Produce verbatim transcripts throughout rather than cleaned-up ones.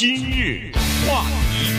今日话题，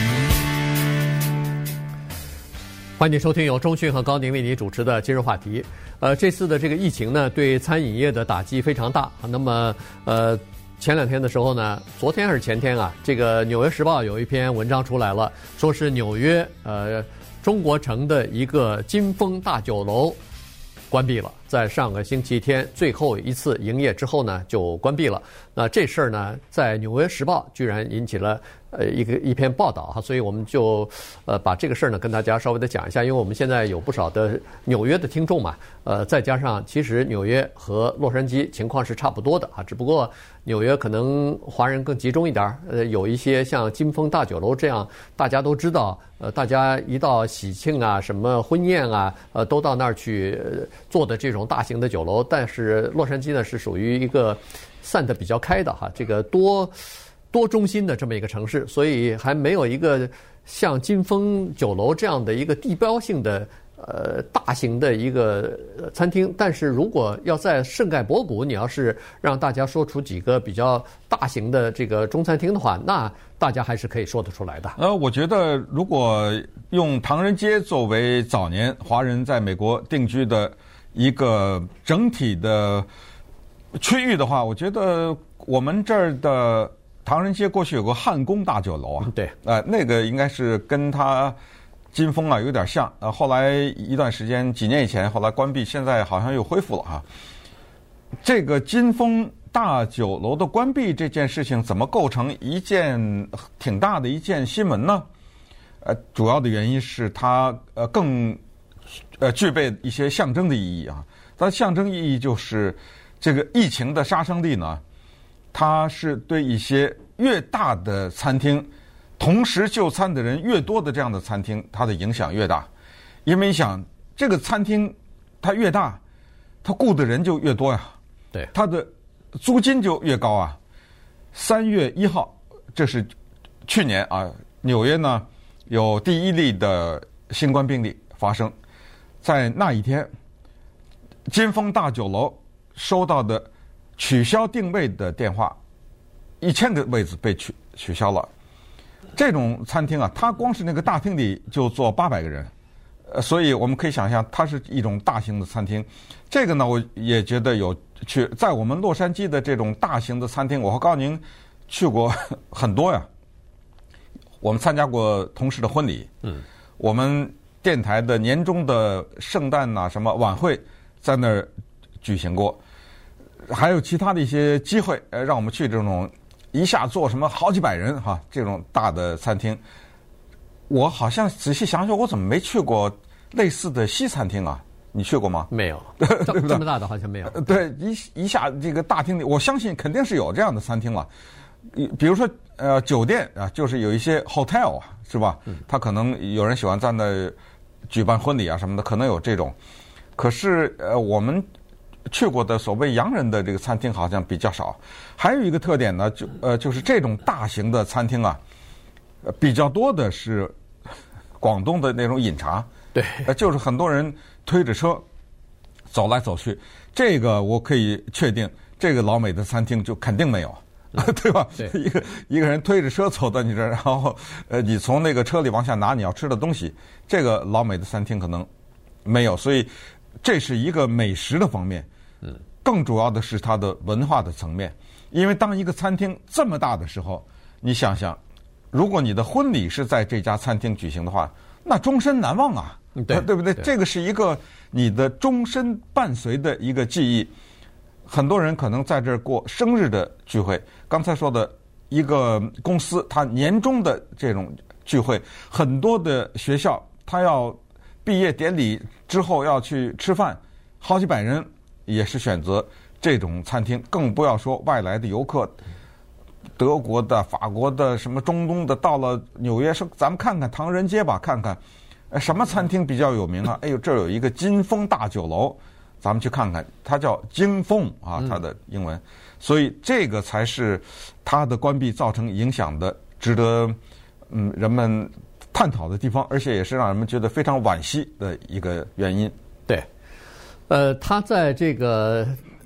欢迎收听由钟讯和高宁为你主持的今日话题。呃，这次的这个疫情呢，对餐饮业的打击非常大。那么，呃，前两天的时候呢，昨天还是前天啊，这个《纽约时报》有一篇文章出来了，说是纽约呃中国城的一个金丰大酒楼关闭了，在上个星期天最后一次营业之后呢，就关闭了。那这事儿呢，在《纽约时报》居然引起了呃一个一篇报道哈，所以我们就呃把这个事儿呢跟大家稍微的讲一下，因为我们现在有不少的纽约的听众嘛，呃，再加上其实纽约和洛杉矶情况是差不多的啊，只不过纽约可能华人更集中一点，呃，有一些像金丰大酒楼这样大家都知道，呃，大家一到喜庆啊、什么婚宴啊，呃，都到那儿去做的这种大型的酒楼，但是洛杉矶呢是属于一个散得比较开的哈，这个多多中心的这么一个城市，所以还没有一个像金丰酒楼这样的一个地标性的呃大型的一个餐厅。但是如果要在圣盖博谷，你要是让大家说出几个比较大型的这个中餐厅的话，那大家还是可以说得出来的。 呃，我觉得如果用唐人街作为早年华人在美国定居的一个整体的区域的话，我觉得我们这儿的唐人街过去有个汉宫大酒楼啊， 对， 呃，那个应该是跟它金丰啊有点像，呃，后来一段时间几年以前后来关闭，现在好像又恢复了哈。这个金丰大酒楼的关闭这件事情怎么构成一件挺大的一件新闻呢？呃，主要的原因是它呃更呃具备一些象征的意义啊。它的象征意义就是这个疫情的杀伤力呢，它是对一些越大的餐厅，同时就餐的人越多的这样的餐厅，它的影响越大。因为你想，这个餐厅它越大，它雇的人就越多呀， 对， 它的租金就越高啊。三月一号，这是去年啊，纽约呢有第一例的新冠病例发生，在那一天，金丰大酒楼收到的取消定位的电话，一千个位置被取取消了。这种餐厅啊，它光是那个大厅里就坐八百个人，呃，所以我们可以想象，它是一种大型的餐厅。这个呢，我也觉得有趣。在我们洛杉矶的这种大型的餐厅，我和高宁去过很多呀。我们参加过同事的婚礼，嗯，我们电台的年终的圣诞呐、啊、什么晚会在那儿举行过。还有其他的一些机会，呃，让我们去这种一下坐什么好几百人哈这种大的餐厅。我好像仔细想想，我怎么没去过类似的西餐厅啊？你去过吗？ 没有， 对不对？ 这么大的好像没有。 对，一一下这个大厅里，我相信肯定是有这样的餐厅了。比如说呃，酒店啊，就是有一些 hotel 啊，是吧？他可能有人喜欢在那举办婚礼啊什么的，可能有这种。可是呃，我们去过的所谓洋人的这个餐厅好像比较少。还有一个特点呢，就呃就是这种大型的餐厅啊，呃比较多的是广东的那种饮茶， 对， 呃就是很多人推着车走来走去。这个我可以确定，这个老美的餐厅就肯定没有。对吧？ 对， 一个一个人推着车走到你这儿，然后呃，你从那个车里往下拿你要吃的东西，这个老美的餐厅可能没有。所以这是一个美食的方面，嗯，更主要的是它的文化的层面。因为当一个餐厅这么大的时候，你想想，如果你的婚礼是在这家餐厅举行的话，那终身难忘啊， 对对不对？ 对， 这个是一个你的终身伴随的一个记忆。很多人可能在这儿过生日的聚会，刚才说的一个公司，它年终的这种聚会，很多的学校，它要毕业典礼之后要去吃饭，好几百人也是选择这种餐厅，更不要说外来的游客，德国的、法国的、什么中东的，到了纽约说，咱们看看唐人街吧，看看，呃，什么餐厅比较有名啊？哎呦，这儿有一个金丰大酒楼。咱们去看看，它叫金凤啊，它的英文，所以这个才是它的关闭造成影响的，值得嗯人们探讨的地方，而且也是让人们觉得非常惋惜的一个原因。 对，呃，它在这个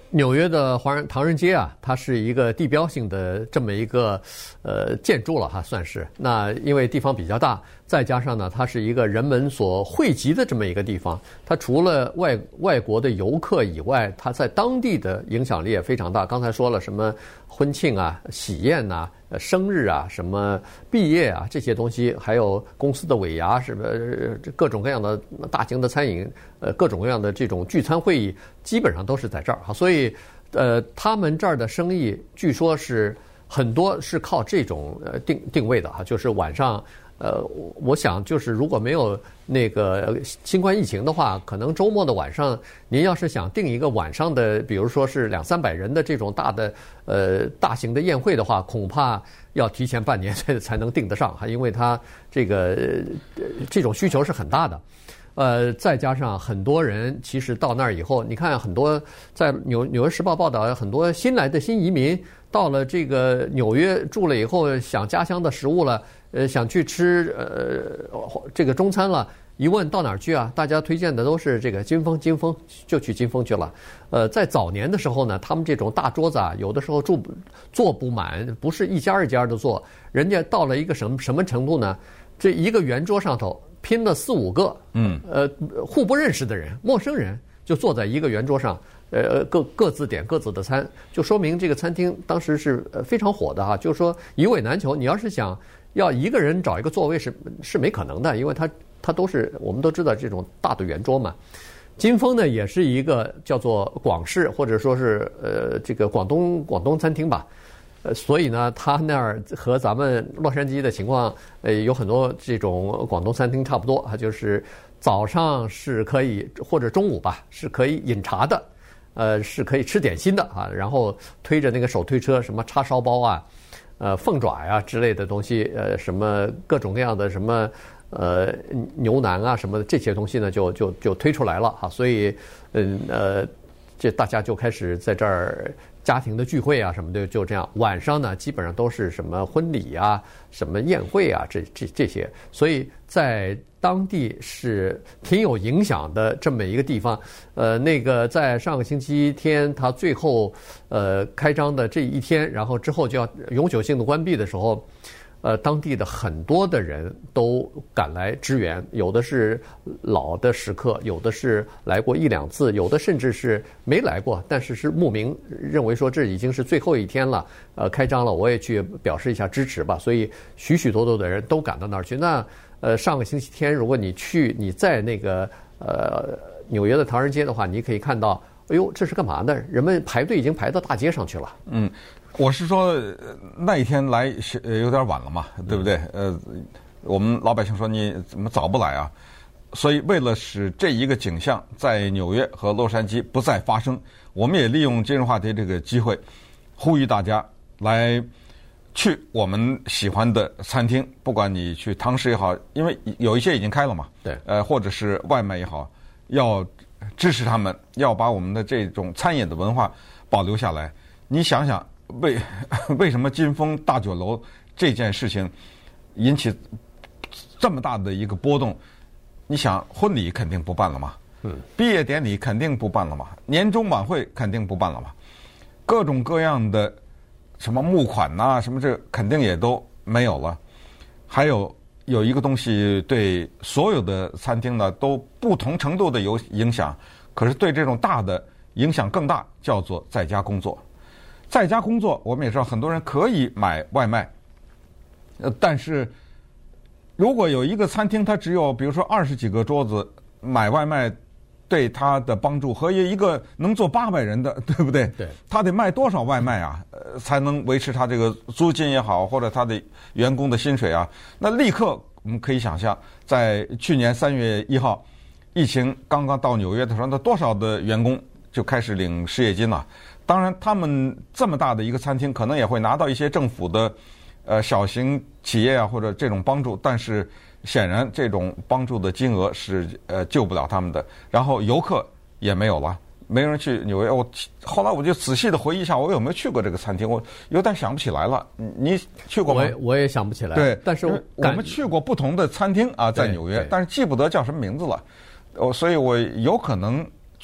纽约的华人唐人街啊，它是一个地标性的这么一个呃建筑了哈，算是。那因为地方比较大，再加上呢，它是一个人们所汇集的这么一个地方，它除了外外国的游客以外，它在当地的影响力也非常大。刚才说了什么婚庆啊、喜宴呐、呃、生日啊、什么毕业啊这些东西，还有公司的尾牙，什么各种各样的大型的餐饮，呃，各种各样的这种聚餐会议，基本上都是在这儿哈。所以，呃，他们这儿的生意据说是很多是靠这种呃定定位的哈，就是晚上。呃，我想就是如果没有那个新冠疫情的话，可能周末的晚上，您要是想订一个晚上的，比如说是两三百人的这种大的呃大型的宴会的话，恐怕要提前半年才才能订得上哈，因为它这个这种需求是很大的。呃，再加上很多人其实到那儿以后，你看很多在纽纽约时报报道，很多新来的新移民到了这个纽约住了以后，想家乡的食物了。呃，想去吃呃这个中餐了，一问到哪儿去啊？大家推荐的都是这个金峰，金峰就去金峰去了。呃，在早年的时候呢，他们这种大桌子啊，有的时候住坐不满，不是一家一家的坐，人家到了一个什么什么程度呢？这一个圆桌上头拼了四五个，嗯，呃，互不认识的人，陌生人就坐在一个圆桌上。呃，各各自点各自的餐，就说明这个餐厅当时是非常火的哈。就是说一位难求，你要是想要一个人找一个座位是是没可能的，因为它它都是我们都知道这种大的圆桌嘛。金峰呢也是一个叫做广式或者说是呃这个广东广东餐厅吧，呃所以呢他那儿和咱们洛杉矶的情况呃有很多这种广东餐厅差不多，它就是早上是可以或者中午吧是可以饮茶的。呃，是可以吃点心的啊，然后推着那个手推车，什么叉烧包啊，呃，凤爪呀、啊、之类的东西，呃，什么各种各样的什么呃牛腩啊什么的这些东西呢，就就就推出来了哈，所以嗯呃，这大家就开始在这儿家庭的聚会啊什么的，就这样。晚上呢，基本上都是什么婚礼啊、什么宴会啊，这这这些，所以在当地是挺有影响的这么一个地方。呃，那个在上个星期天，它最后呃开张的这一天，然后之后就要永久性的关闭的时候，呃，当地的很多的人都赶来支援，有的是老的食客，有的是来过一两次，有的甚至是没来过，但是是慕名认为说这已经是最后一天了，呃，开张了，我也去表示一下支持吧。所以许许多多的人都赶到那儿去。那呃，上个星期天，如果你去你在那个呃纽约的唐人街的话，你可以看到，哎呦，这是干嘛呢？人们排队已经排到大街上去了。 嗯。我是说，那一天来有点晚了嘛，对不对？呃，我们老百姓说你怎么早不来啊？所以为了使这一个景象在纽约和洛杉矶不再发生，我们也利用今日话题这个机会，呼吁大家来去我们喜欢的餐厅，不管你去堂食也好，因为有一些已经开了嘛， 对， 呃，或者是外卖也好，要支持他们，要把我们的这种餐饮的文化保留下来。你想想。为为什么金峰大酒楼这件事情引起这么大的一个波动？你想，婚礼肯定不办了嘛，嗯，毕业典礼肯定不办了嘛，年终晚会肯定不办了嘛，各种各样的什么募款呐、啊，什么这肯定也都没有了。还有有一个东西对所有的餐厅呢都不同程度的有影响，可是对这种大的影响更大，叫做在家工作。在家工作，我们也知道很多人可以买外卖，呃，但是如果有一个餐厅，它只有比如说二十几个桌子，买外卖对它的帮助和一个能坐八百人的，对不对？ 对， 他得卖多少外卖啊，呃，才能维持他这个租金也好，或者他的员工的薪水啊？那立刻我们可以想象，在去年三月一号，疫情刚刚到纽约的时候，那多少的员工就开始领失业金了。当然，他们这么大的一个餐厅，可能也会拿到一些政府的，呃，小型企业啊或者这种帮助，但是显然这种帮助的金额是呃救不了他们的。然后游客也没有了，没人去纽约。我后来我就仔细的回忆一下，我有没有去过这个餐厅？我有点想不起来了。你去过吗？ 我也我也想不起来。 对， 但是我们去过不同的餐厅啊，在纽约，但是记不得叫什么名字了。哦，所以我有可能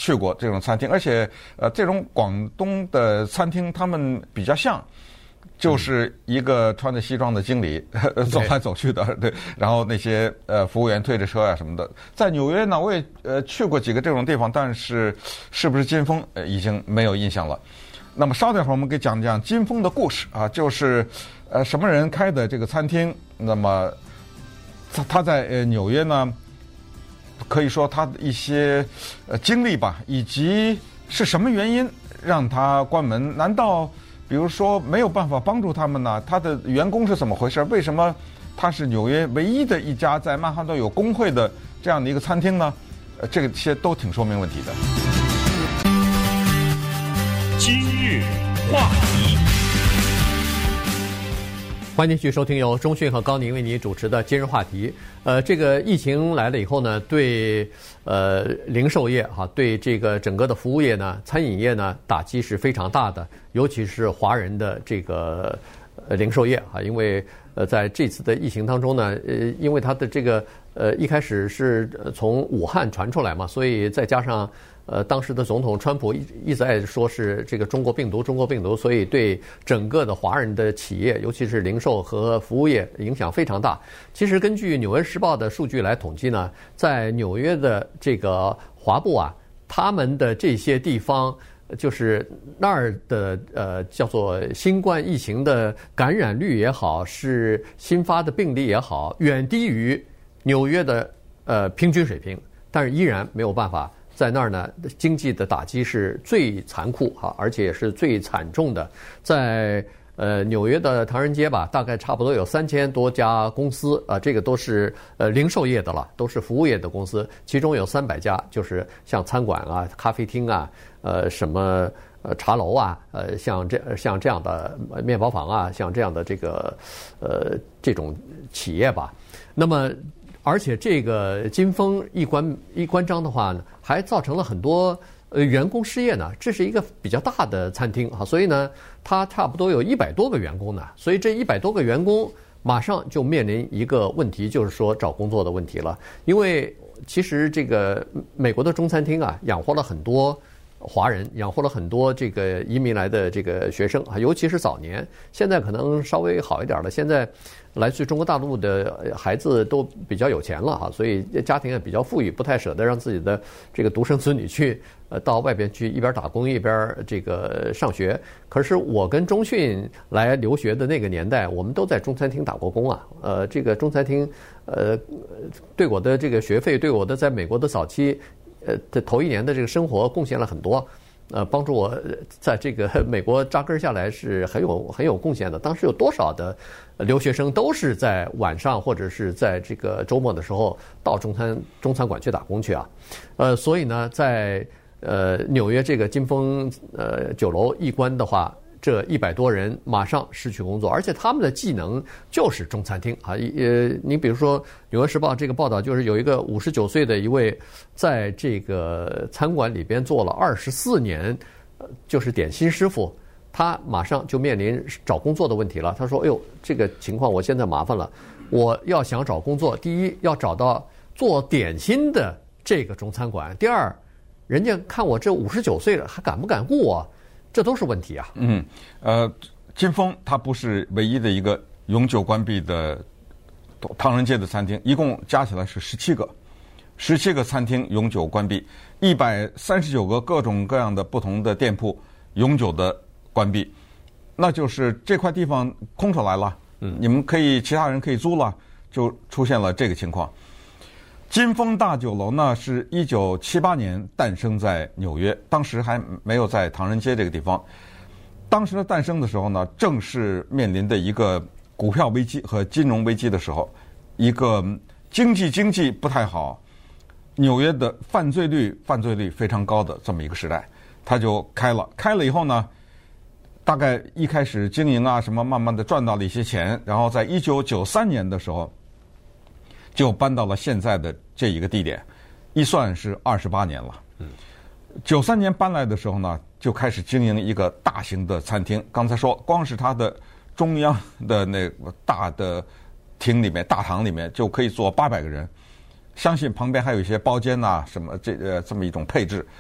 去过这种餐厅，而且呃，这种广东的餐厅他们比较像。就是一个穿着西装的经理走来走去的，对，然后那些呃服务员推着车啊什么的。在纽约呢，我也呃去过几个这种地方，但是是不是金峰呃已经没有印象了。那么稍等会儿我们给讲讲金峰的故事啊，就是呃什么人开的这个餐厅。那么他他在呃纽约呢，可以说他的一些呃经历吧，以及是什么原因让他关门？难道？比如说没有办法帮助他们呢？他的员工是怎么回事？为什么他是纽约唯一的一家在曼哈顿有工会的这样的一个餐厅呢？呃，这些都挺说明问题的。 今日话题， 欢迎继续收听由钟讯和高宁为你主持的今日话题。呃，这个疫情来了以后呢，对呃零售业哈，对这个整个的服务业呢、餐饮业呢，打击是非常大的，尤其是华人的这个呃零售业啊，因为呃在这次的疫情当中呢，呃，因为它的这个呃一开始是从武汉传出来嘛，所以再加上。呃，当时的总统川普一一直在说是这个中国病毒，中国病毒，所以对整个的华人的企业，尤其是零售和服务业影响非常大。其实根据《纽约时报》的数据来统计呢，在纽约的这个华埠啊，他们的这些地方，就是那儿的呃叫做新冠疫情的感染率也好，是新发的病例也好，远低于纽约的呃平均水平，但是依然没有办法。在那儿呢，经济的打击是最残酷哈，而且也是最惨重的。在呃纽约的唐人街吧，大概差不多有三千多家公司啊、呃，这个都是呃零售业的了，都是服务业的公司，其中有三百家就是像餐馆啊、咖啡厅啊、呃什么呃茶楼啊、呃像这像这样的面包房啊，像这样的这个呃这种企业吧。那么。而且这个金峰一关一关张的话呢，还造成了很多呃员工失业呢。这是一个比较大的餐厅哈，所以呢，它差不多有一百多个员工呢。所以这一百多个员工马上就面临一个问题，就是说找工作的问题了。因为其实这个美国的中餐厅啊，养活了很多华人，养活了很多这个移民来的这个学生啊，尤其是早年。现在可能稍微好一点了，现在。来自中国大陆的孩子都比较有钱了哈，所以家庭也比较富裕，不太舍得让自己的这个独生子女去呃到外边去一边打工一边这个上学。可是我跟钟讯来留学的那个年代，我们都在中餐厅打过工啊。呃，这个中餐厅呃对我的这个学费，对我的在美国的早期呃的头一年的这个生活贡献了很多。呃，帮助我在这个美国扎根下来是很有很有贡献的。当时有多少的留学生都是在晚上或者是在这个周末的时候到中餐中餐馆去打工去啊？呃，所以呢，在呃纽约这个金峰呃酒楼一关的话，这一百多人马上失去工作，而且他们的技能就是中餐厅啊。呃，你比如说《纽约时报》这个报道，就是有一个五十九岁的一位在这个餐馆里边做了二十四年，就是点心师傅，他马上就面临找工作的问题了。他说：“哎呦，这个情况我现在麻烦了，我要想找工作，第一要找到做点心的这个中餐馆，第二，人家看我这五十九岁了，还敢不敢雇我？”这都是问题啊。 嗯，呃，金峰它不是唯一的一个永久关闭的唐人街的餐厅，一共加起来是十七个，十七个餐厅永久关闭，一百三十九个各种各样的不同的店铺永久的关闭，那就是这块地方空出来了，嗯，你们可以其他人可以租了，就出现了这个情况。金峰大酒楼呢，是一九七八年诞生在纽约，当时还没有在唐人街这个地方。当时的诞生的时候呢，正是面临的一个股票危机和金融危机的时候，一个经济经济不太好，纽约的犯罪率犯罪率非常高的这么一个时代，他就开了。开了以后呢，大概一开始经营啊什么，慢慢的赚到了一些钱，然后在一九九三年的时候。就搬到了现在的这一个地点，一算是二十八年了。嗯，九三年搬来的时候呢，就开始经营一个大型的餐厅。刚才说，光是它的中央的那个大的厅里面、大堂里面就可以坐八百个人，相信旁边还有一些包间呐、啊，什么这呃这么一种配置。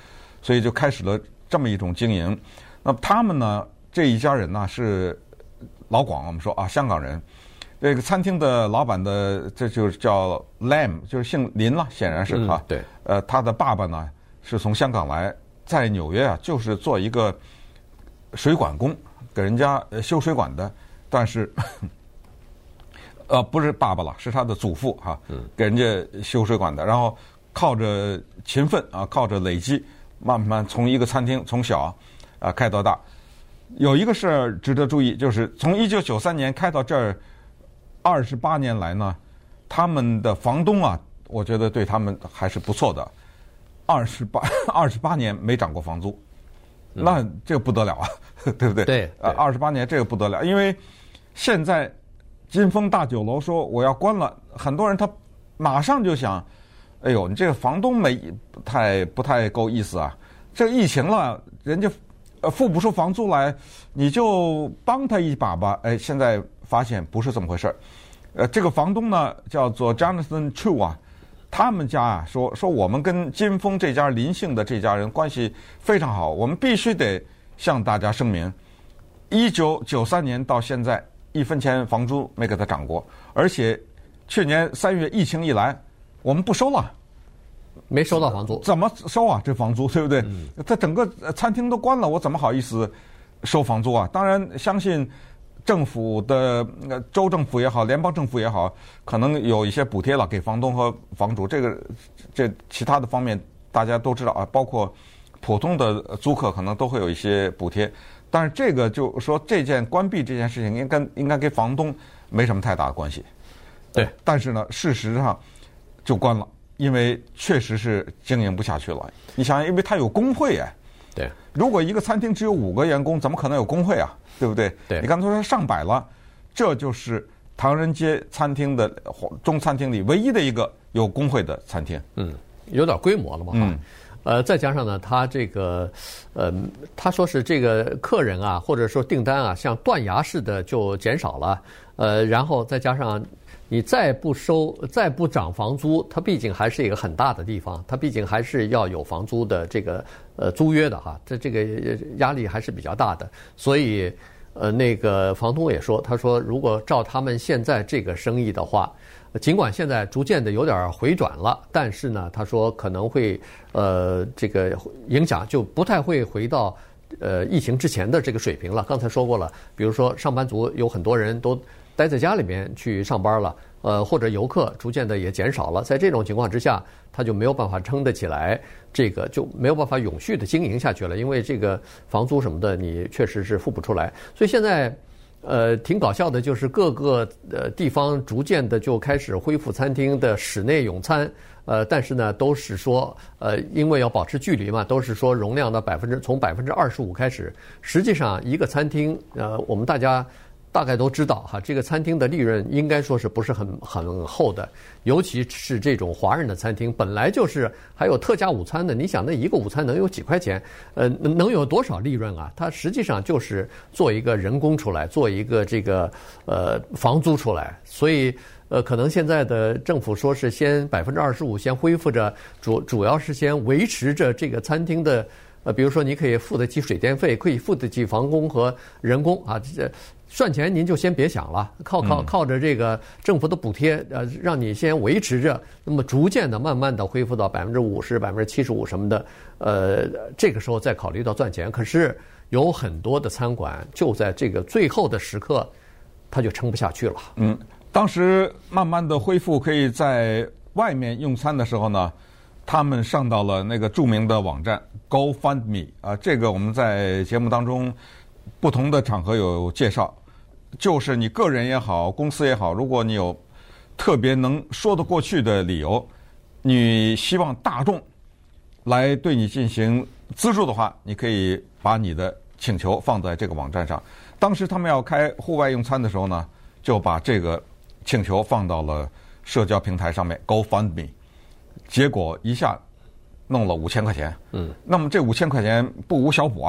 所以就开始了这么一种经营。那么他们呢，这一家人呢是老广，我们说啊，香港人。这个餐厅的老板的这就叫 Lam， 就是姓林了，显然是哈、 嗯。对。 呃，他的爸爸呢是从香港来，在纽约啊，就是做一个水管工，给人家修水管的。但是，呃，不是爸爸了，是他的祖父哈、啊，给人家修水管的。然后靠着勤奋啊，靠着累积，慢慢从一个餐厅从小啊开到大。有一个事儿值得注意，就是从一九九三年开到这儿。二十八年来呢，他们的房东啊，我觉得对他们还是不错的。二十八二十八年没涨过房租，那这个不得了啊，对不对？ 对， 呃，二十八年这个不得了，因为现在金丰大酒楼说我要关了，很多人他马上就想，哎呦，你这个房东没不太不太够意思啊，这疫情了，人家呃付不出房租来，你就帮他一把吧。哎，现在发现不是这么回事儿。呃，这个房东呢叫做 Jonathan Chu 啊，他们家啊说说我们跟金丰这家林姓的这家人关系非常好，我们必须得向大家声明，一九九三年到现在一分钱房租没给他涨过，而且去年三月疫情一来，我们不收了。 没收到房租， 怎么收啊？这房租对不对？嗯、他整个餐厅都关了，我怎么好意思收房租啊？当然，相信政府的州政府也好，联邦政府也好，可能有一些补贴了给房东和房主。这个这其他的方面大家都知道啊，包括普通的租客可能都会有一些补贴。但是这个就说这件关闭这件事情，应该应该跟房东没什么太大的关系。 对， 但是呢，事实上就关了。因为确实是经营不下去了。你想，因为他有工会哎， 对， 如果一个餐厅只有五个员工，怎么可能有工会啊？对不对？ 对， 你刚才说上百了，这就是唐人街餐厅的中餐厅里唯一的一个有工会的餐厅。 嗯，有点规模了嘛。嗯，呃，再加上呢，他这个，呃，他说是这个客人啊，或者说订单啊，像断崖式的就减少了。呃，然后再加上。你再不收，再不涨房租，它毕竟还是一个很大的地方，它毕竟还是要有房租的这个呃租约的哈，这这个压力还是比较大的。所以呃那个房东也说，他说如果照他们现在这个生意的话，尽管现在逐渐的有点回转了，但是呢，他说可能会呃这个影响就不太会回到呃疫情之前的这个水平了。刚才说过了，比如说上班族有很多人都。待在家里面去上班了，呃，或者游客逐渐的也减少了，在这种情况之下，他就没有办法撑得起来，这个就没有办法永续的经营下去了，因为这个房租什么的你确实是付不出来，所以现在，呃，挺搞笑的，就是各个呃地方逐渐的就开始恢复餐厅的室内用餐，呃，但是呢，都是说，呃，因为要保持距离嘛，都是说容量的百分之从百分之二十五开始，实际上一个餐厅，呃，我们大家。大概都知道哈，这个餐厅的利润应该说是不是很很厚的，尤其是这种华人的餐厅，本来就是还有特价午餐的。你想，那一个午餐能有几块钱？呃，能有多少利润啊？它实际上就是做一个人工出来，做一个这个呃房租出来。所以呃，可能现在的政府说是先百分之二十五先恢复着，主主要是先维持着这个餐厅的。呃，比如说你可以付得起水电费，可以付得起房工和人工啊，这赚钱您就先别想了，靠靠靠着这个政府的补贴，呃，让你先维持着，那么逐渐的、慢慢的恢复到百分之五十、百分之七十五什么的，呃，这个时候再考虑到赚钱。可是有很多的餐馆就在这个最后的时刻，它就撑不下去了。 嗯，当时慢慢的恢复，可以在外面用餐的时候呢。他们上到了那个著名的网站 GoFundMe 啊，这个我们在节目当中不同的场合有介绍，就是你个人也好，公司也好，如果你有特别能说得过去的理由，你希望大众来对你进行资助的话，你可以把你的请求放在这个网站上。当时他们要开户外用餐的时候呢，就把这个请求放到了社交平台上面 GoFundMe。结果一下弄了五千块钱，嗯，那么这五千块钱不无小补啊，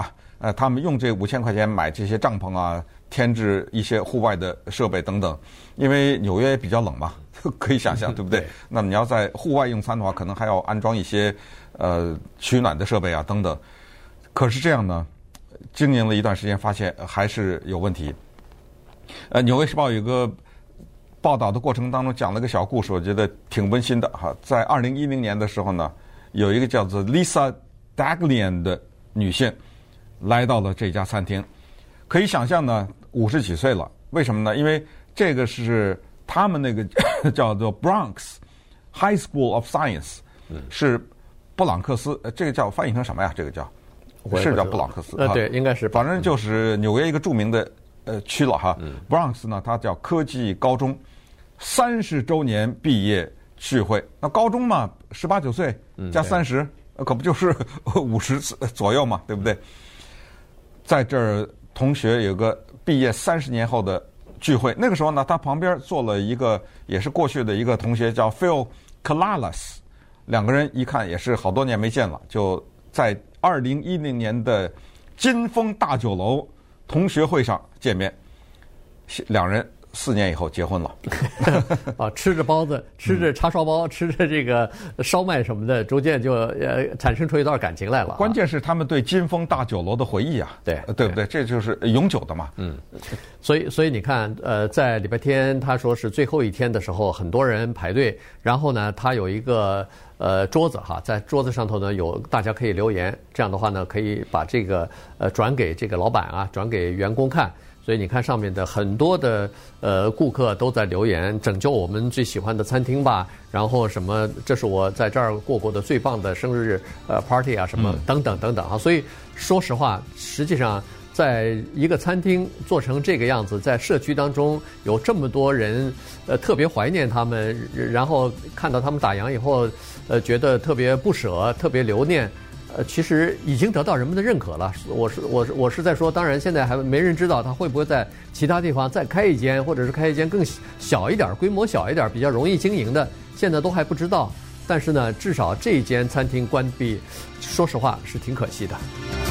呃，他们用这五千块钱买这些帐篷啊，添置一些户外的设备等等。因为纽约也比较冷嘛，可以想象，对不对？对，那么你要在户外用餐的话，可能还要安装一些呃取暖的设备啊等等。可是这样呢，经营了一段时间，发现还是有问题。呃，《纽约时报》有个报道的过程当中讲了个小故事，我觉得挺温馨的哈。在二零一零年的时候呢，有一个叫做 Lisa Daglian 的女性来到了这家餐厅，可以想象呢，五十几岁了。为什么呢？因为这个是他们那个叫做 Bronx High School of Science， 是布朗克斯，这个叫翻译成什么呀？这个叫是叫布朗克斯？ 呃，对，应该是， 反正就是纽约一个著名的呃区了哈。嗯、Bronx 呢，它叫科技高中，三十周年毕业聚会。那高中嘛，十八九岁加三十、嗯，可不就是五十左右嘛，对不对？在这儿，同学有个毕业三十年后的聚会。那个时候呢，他旁边坐了一个也是过去的一个同学，叫 Phil Kalalas， 两个人一看也是好多年没见了，就在二零一零年的金峰大酒楼同学会上见面，两人四年以后结婚了。 啊，吃着包子，吃着叉烧包，嗯、吃着这个烧麦什么的，逐渐就呃产生出一段感情来了。 关键是他们对金峰大酒楼的回忆啊， 对对不对？这就是永久的嘛。 嗯，所以所以你看，呃，在礼拜天他说是最后一天的时候，很多人排队，然后呢，他有一个呃桌子哈，在桌子上头呢有大家可以留言，这样的话呢，可以把这个呃转给这个老板啊，转给员工看。所以你看上面的很多的呃顾客都在留言，拯救我们最喜欢的餐厅吧，然后什么这是我在这儿过过的最棒的生日呃 party 啊，什么等等等等啊。所以说实话，实际上在一个餐厅做成这个样子，在社区当中有这么多人呃特别怀念他们，然后看到他们打烊以后呃觉得特别不舍，特别留念。呃，其实已经得到人们的认可了。我是我是我是在说，当然现在还没人知道他会不会在其他地方再开一间，或者是开一间更小一点、规模小一点、比较容易经营的，现在都还不知道。但是呢，至少这间餐厅关闭，说实话是挺可惜的。